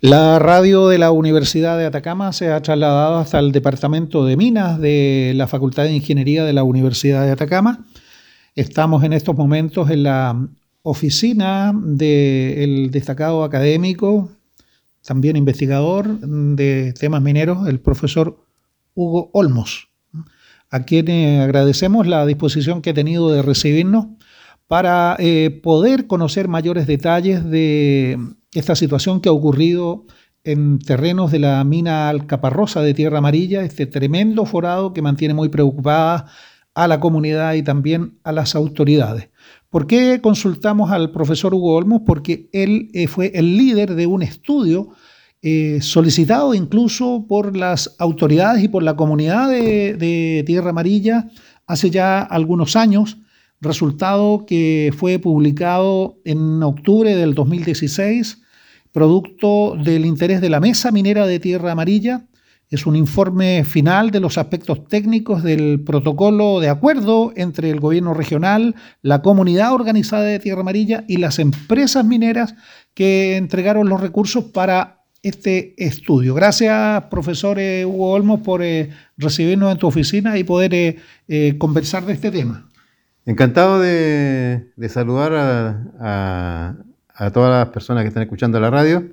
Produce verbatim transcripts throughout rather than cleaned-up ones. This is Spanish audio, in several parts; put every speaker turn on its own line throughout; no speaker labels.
La radio de la Universidad de Atacama se ha trasladado hasta el Departamento de Minas de la Facultad de Ingeniería de la Universidad de Atacama. Estamos en estos momentos en la oficina del destacado académico, también investigador de temas mineros, el profesor Hugo Olmos, a quien eh, agradecemos la disposición que ha tenido de recibirnos para eh, poder conocer mayores detalles de esta situación que ha ocurrido en terrenos de la mina Alcaparrosa de Tierra Amarilla, este tremendo forado que mantiene muy preocupada a la comunidad y también a las autoridades. ¿Por qué consultamos al profesor Hugo Olmos? Porque él eh, fue el líder de un estudio eh, solicitado incluso por las autoridades y por la comunidad de, de Tierra Amarilla hace ya algunos años, resultado que fue publicado en octubre del dos mil dieciséis, producto del interés de la Mesa Minera de Tierra Amarilla. Es un informe final de los aspectos técnicos del protocolo de acuerdo entre el gobierno regional, la comunidad organizada de Tierra Amarilla y las empresas mineras que entregaron los recursos para este estudio. Gracias, profesor eh, Hugo Olmos, por eh, recibirnos en tu oficina y poder eh, eh, conversar de este tema.
Encantado de, de saludar a, a, a todas las personas que están escuchando la radio,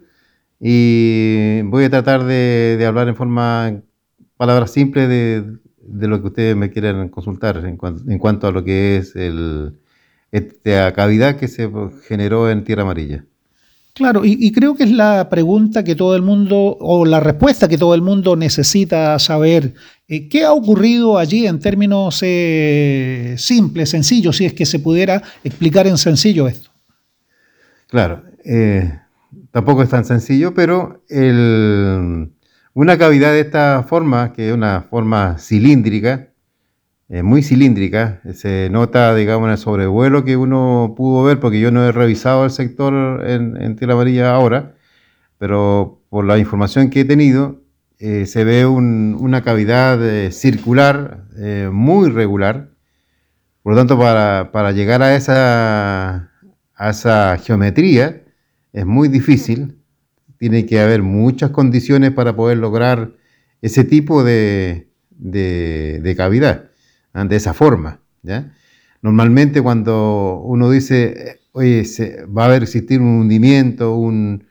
y voy a tratar de, de hablar en forma, palabras simples de, de lo que ustedes me quieran consultar en, cuanto, en cuanto a lo que es el, esta cavidad que se generó en Tierra Amarilla.
Claro, y, y creo que es la pregunta que todo el mundo, o la respuesta que todo el mundo necesita saber. Eh, ¿Qué ha ocurrido allí en términos eh, simples, sencillos, si es que se pudiera explicar en sencillo esto?
Claro, eh, tampoco es tan sencillo, pero el, una cavidad de esta forma, que es una forma cilíndrica, eh, muy cilíndrica, se nota, digamos, en el sobrevuelo que uno pudo ver, porque yo no he revisado el sector en, en Tierra Amarilla ahora, pero por la información que he tenido, eh, se ve un, una cavidad eh, circular eh, muy regular. Por lo tanto, para, para llegar a esa, a esa geometría es muy difícil. Tiene que haber muchas condiciones para poder lograr ese tipo de, de, de cavidad, de esa forma, ¿ya? Normalmente cuando uno dice, oye, se, va a haber existir un hundimiento, un,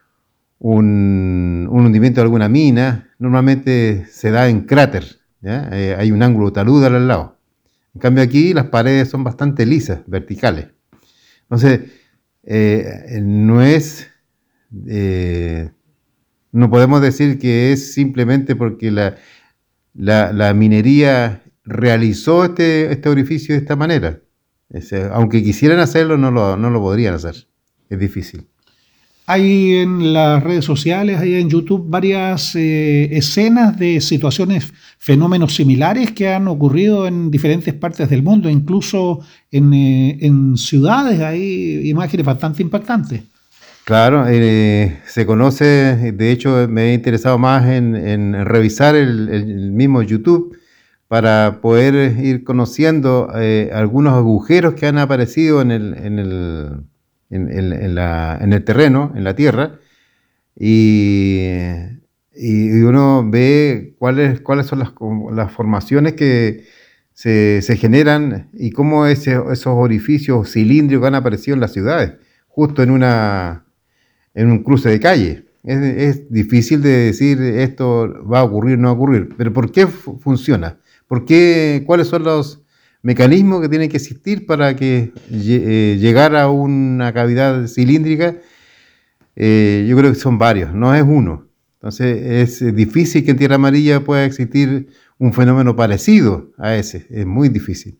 un, un hundimiento de alguna mina, normalmente se da en cráter, ¿ya? Eh, hay un ángulo talud al lado. En cambio aquí las paredes son bastante lisas, verticales. Entonces, eh, no es, eh, no podemos decir que es simplemente porque la, la, la minería realizó este, este orificio de esta manera. Es, aunque quisieran hacerlo, no lo, no lo podrían hacer. Es difícil.
Hay en las redes sociales, hay en YouTube varias eh, escenas de situaciones, fenómenos similares que han ocurrido en diferentes partes del mundo, incluso en, eh, en ciudades hay imágenes bastante impactantes.
Claro, eh, se conoce, de hecho me he interesado más en, en revisar el, el mismo YouTube para poder ir conociendo eh, algunos agujeros que han aparecido en el, en el, en, en, en la, en el terreno, en la tierra, y, y uno ve cuáles, cuáles son las, las formaciones que se, se generan y cómo ese, esos orificios cilíndricos han aparecido en las ciudades, justo en, una, en un cruce de calle. Es, es difícil de decir esto va a ocurrir o no va a ocurrir, pero ¿por qué fu- funciona? ¿Por qué? ¿Cuáles son los mecanismos que tienen que existir para que eh, llegar a una cavidad cilíndrica? Eh, yo creo que son varios, no es uno. Entonces es difícil que en Tierra Amarilla pueda existir un fenómeno parecido a ese, es muy difícil.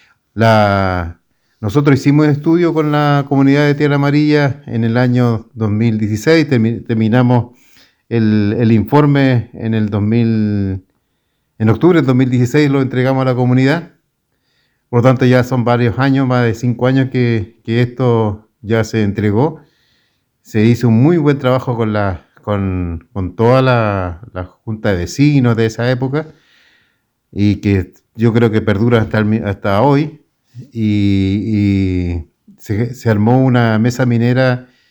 La, nosotros hicimos estudio con la comunidad de Tierra Amarilla en el año dos mil dieciséis, termi- terminamos el, el informe en el dos mil. En octubre del dos mil dieciséis lo entregamos a la comunidad, por lo tanto ya son varios años, más de cinco años que, que esto ya se entregó. Se hizo un muy buen trabajo con, la, con, con toda la, la junta de vecinos de esa época, y que yo creo que perdura hasta, el, hasta hoy, y, y se, se armó una mesa minera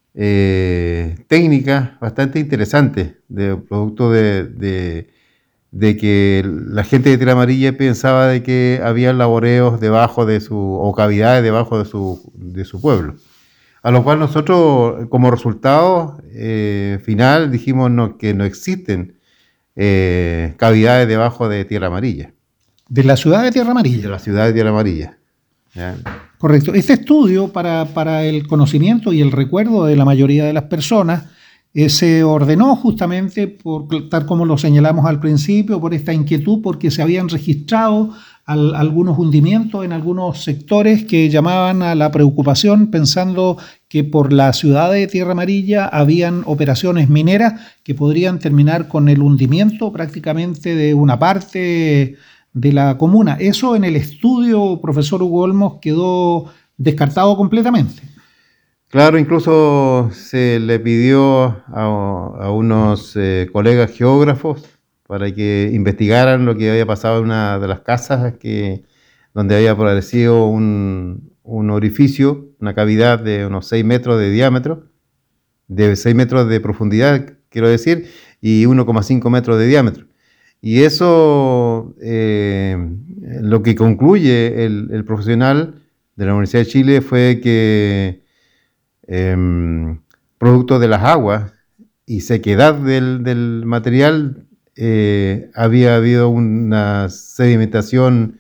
eh, técnicas bastante interesantes, de producto de, de, de que la gente de Tierra Amarilla pensaba de que había laboreos debajo de su, o cavidades debajo de su, de su pueblo. A lo cual nosotros, como resultado eh, final, dijimos no, que no existen eh, cavidades debajo de Tierra Amarilla.
De la ciudad de Tierra Amarilla.
De la ciudad de Tierra Amarilla. ¿Ya?
Correcto. Este estudio, para, para el conocimiento y el recuerdo de la mayoría de las personas, eh, se ordenó justamente, por, tal como lo señalamos al principio, por esta inquietud, porque se habían registrado al, algunos hundimientos en algunos sectores que llamaban a la preocupación, pensando que por la ciudad de Tierra Amarilla habían operaciones mineras que podrían terminar con el hundimiento prácticamente de una parte de la comuna. Eso en el estudio, profesor Hugo Olmos, quedó descartado completamente.
Claro, incluso se le pidió a, a unos eh, colegas geógrafos para que investigaran lo que había pasado en una de las casas que, donde había aparecido un, un orificio, una cavidad de unos seis metros de diámetro, de seis metros de profundidad, quiero decir, y uno coma cinco metros de diámetro. Y eso, eh, lo que concluye el, el profesional de la Universidad de Chile fue que, eh, producto de las aguas y sequedad del, del material, eh, había habido una sedimentación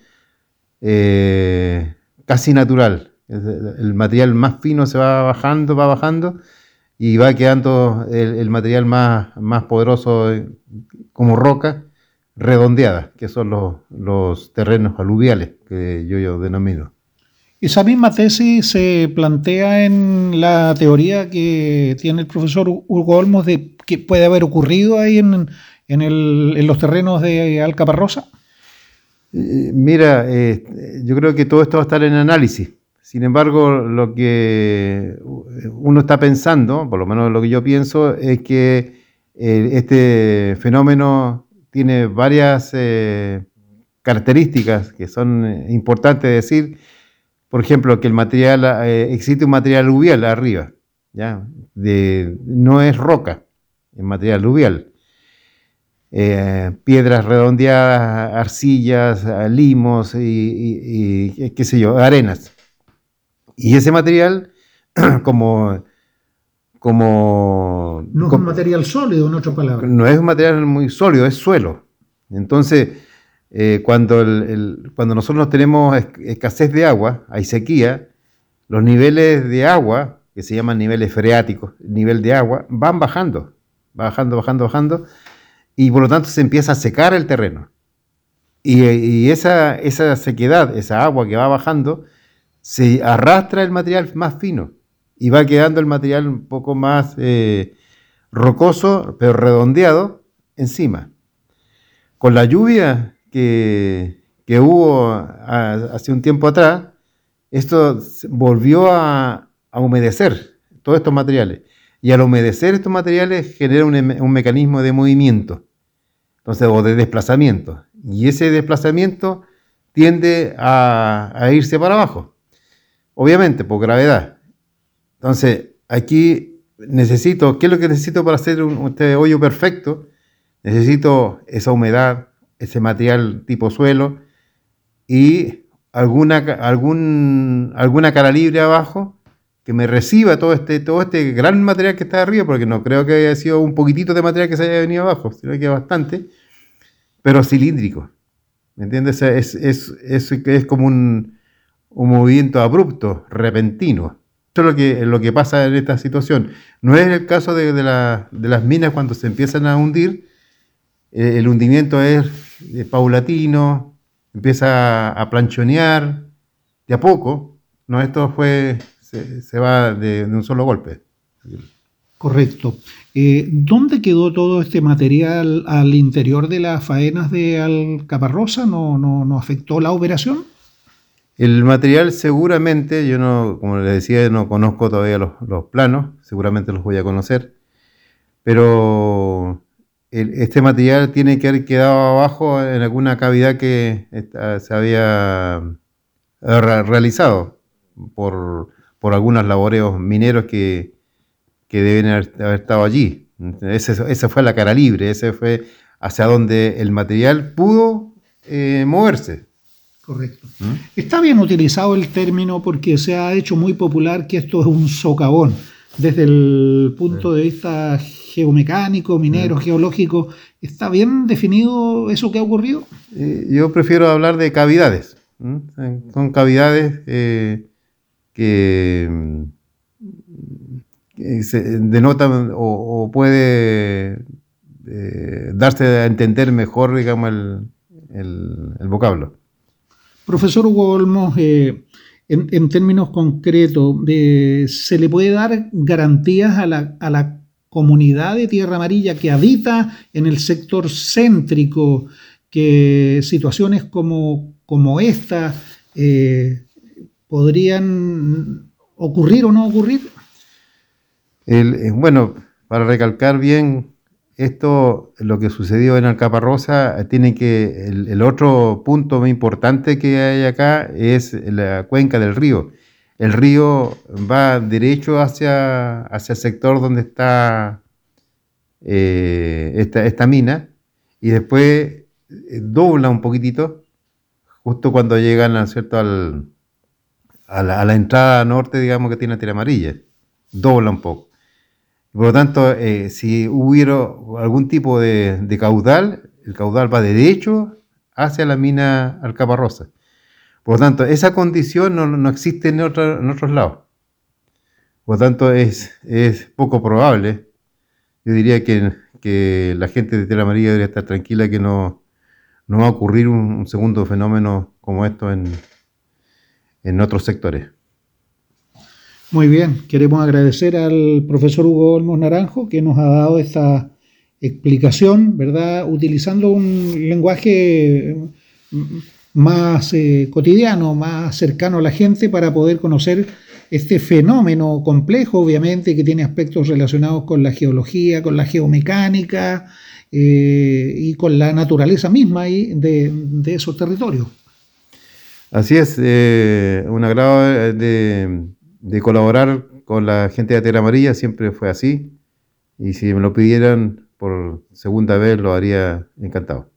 eh, casi natural. El material más fino se va bajando, va bajando, y va quedando el, el material más, más poderoso como roca, redondeadas, que son los, los terrenos aluviales que yo, yo denomino.
Esa misma tesis se plantea en la teoría que tiene el profesor Hugo Olmos de que puede haber ocurrido ahí en, en, el, en los terrenos de Alcaparrosa.
Eh, mira, eh, yo creo que todo esto va a estar en análisis. Sin embargo, lo que uno está pensando, por lo menos lo que yo pienso, es que eh, este fenómeno tiene varias eh, características que son importantes decir. Por ejemplo, que el material, eh, existe un material aluvial arriba, ¿ya? De, no es roca, es material aluvial. Eh, piedras redondeadas, arcillas, limos y, y, y qué sé yo, arenas. Y ese material, como... como
no es
como,
un material sólido, en otras palabras.
No es un material muy sólido, es suelo. Entonces, eh, cuando, el, el, cuando nosotros tenemos escasez de agua, hay sequía, los niveles de agua, que se llaman niveles freáticos, el nivel de agua, van bajando, bajando, bajando, bajando, y por lo tanto se empieza a secar el terreno. Y, y esa, esa sequedad, esa agua que va bajando, se arrastra el material más fino y va quedando el material un poco más eh, rocoso, pero redondeado encima. Con la lluvia que, que hubo a, hace un tiempo atrás, esto volvió a, a humedecer todos estos materiales. Y al humedecer estos materiales genera un, un mecanismo de movimiento, entonces, o de desplazamiento. Y ese desplazamiento tiende a, a irse para abajo, obviamente por gravedad. Entonces, aquí necesito, ¿qué es lo que necesito para hacer un, este hoyo perfecto? Necesito esa humedad, ese material tipo suelo y alguna, algún, alguna cara libre abajo que me reciba todo este, todo este gran material que está arriba, porque no creo que haya sido un poquitito de material que se haya venido abajo, sino que bastante, pero cilíndrico. ¿Me entiendes? Es, es, es, es como un, un movimiento abrupto, repentino. Eso es lo que, lo que pasa en esta situación. No es el caso de, de, la, de las minas cuando se empiezan a hundir. Eh, el hundimiento es, es paulatino, empieza a, a planchonear de a poco. No, esto fue, se, se va de, de un solo golpe.
Correcto. Eh, ¿Dónde quedó todo este material al interior de las faenas de Alcaparrosa? ¿No, no, no afectó la operación?
El material seguramente, yo no, como les decía, no conozco todavía los, los planos, seguramente los voy a conocer, pero el, este material tiene que haber quedado abajo en alguna cavidad que esta, se había re, realizado por, por algunos laboreos mineros que, que deben haber, haber estado allí. Ese, esa fue la cara libre, ese fue hacia donde el material pudo eh, moverse.
Correcto. ¿Mm? Está bien utilizado el término porque se ha hecho muy popular que esto es un socavón. Desde el punto de vista geomecánico, minero, sí. geológico, ¿está bien definido eso que ha ocurrido?
Eh, yo prefiero hablar de cavidades. ¿Mm? Son cavidades eh, que, que se denotan o, o puede eh, darse a entender mejor, digamos, el, el, el vocablo.
Profesor Hugo Olmos, eh, en, en términos concretos, eh, ¿se le puede dar garantías a la, a la comunidad de Tierra Amarilla que habita en el sector céntrico que situaciones como, como esta eh, podrían ocurrir o no ocurrir?
El, bueno, para recalcar bien esto, lo que sucedió en Alcaparrosa, tiene que el, el otro punto muy importante que hay acá es la cuenca del río. El río va derecho hacia, hacia el sector donde está eh, esta, esta mina y después dobla un poquitito justo cuando llegan, ¿no es cierto?, al, a, la, a la entrada norte, digamos, que tiene Tierra Amarilla. Dobla un poco. Por lo tanto, eh, si hubiera algún tipo de, de caudal, el caudal va derecho hacia la mina Alcaparrosa. Por lo tanto, esa condición no, no existe en, otro, en otros lados. Por lo tanto, es, es poco probable. Yo diría que, que la gente de Tierra Amarilla debería estar tranquila que no, no va a ocurrir un, un segundo fenómeno como esto en, en otros sectores.
Muy bien, queremos agradecer al profesor Hugo Olmos Naranjo que nos ha dado esta explicación, ¿verdad? Utilizando un lenguaje más eh, cotidiano, más cercano a la gente para poder conocer este fenómeno complejo, obviamente, que tiene aspectos relacionados con la geología, con la geomecánica eh, y con la naturaleza misma de, de esos territorios.
Así es, eh, un agrado de... de colaborar con la gente de Tierra Amarilla, siempre fue así, y si me lo pidieran por segunda vez lo haría encantado.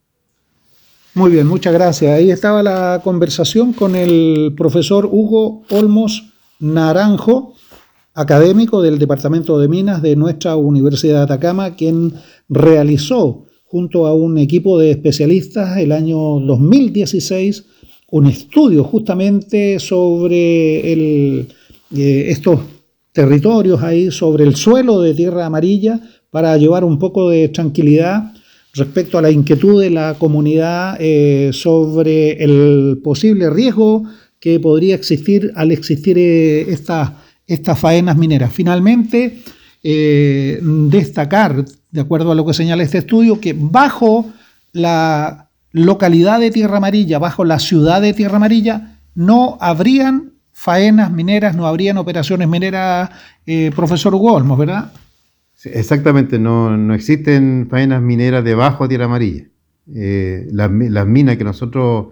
Muy bien, muchas gracias. Ahí estaba la conversación con el profesor Hugo Olmos Naranjo, académico del Departamento de Minas de nuestra Universidad de Atacama, quien realizó junto a un equipo de especialistas el año dos mil dieciséis un estudio justamente sobre el Eh, estos territorios ahí sobre el suelo de Tierra Amarilla para llevar un poco de tranquilidad respecto a la inquietud de la comunidad eh, sobre el posible riesgo que podría existir al existir eh, estas estas faenas mineras. Finalmente, eh, destacar, de acuerdo a lo que señala este estudio, que bajo la localidad de Tierra Amarilla, bajo la ciudad de Tierra Amarilla, no habrían faenas mineras, no habrían operaciones mineras, eh, profesor Hugo Olmos, ¿verdad?
Sí, exactamente, no, no existen faenas mineras debajo de Tierra Amarilla. Eh, las, las minas que nosotros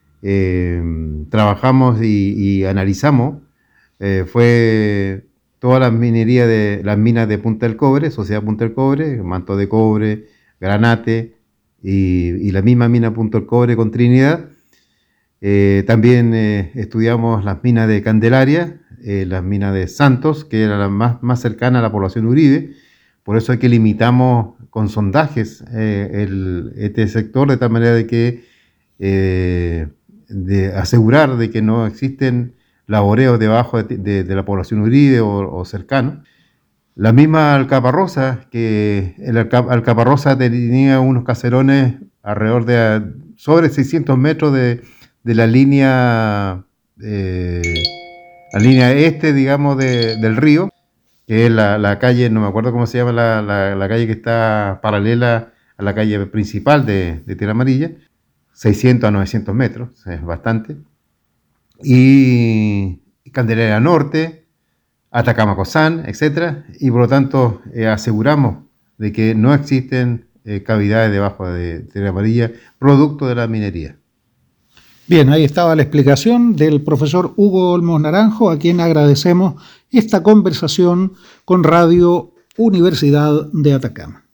eh, trabajamos y, y analizamos eh, fue toda la minería de las minas de Punta del Cobre, Sociedad Punta del Cobre, Manto de Cobre, Granate y, y la misma mina Punta del Cobre con Trinidad. Eh, también eh, estudiamos las minas de Candelaria, eh, las minas de Santos, que era la más, más cercana a la población Uribe. Por eso es que limitamos con sondajes eh, el, este sector, de tal manera de que eh, de asegurar de que no existen laboreos debajo de, de, de la población Uribe o, o cercano. La misma Alcaparrosa, que el Alcaparrosa tenía unos caserones alrededor de sobre seiscientos metros de de la línea eh, la línea este, digamos, de, del río, que es la, la calle, no me acuerdo cómo se llama la, la, la calle que está paralela a la calle principal de, de Tierra Amarilla, seiscientos a novecientos metros, es bastante, y Candelaria Norte, Atacama Cozán, etcétera, y por lo tanto eh, aseguramos de que no existen eh, cavidades debajo de Tierra Amarilla, producto de la minería.
Bien, ahí estaba la explicación del profesor Hugo Olmos Naranjo, a quien agradecemos esta conversación con Radio Universidad de Atacama.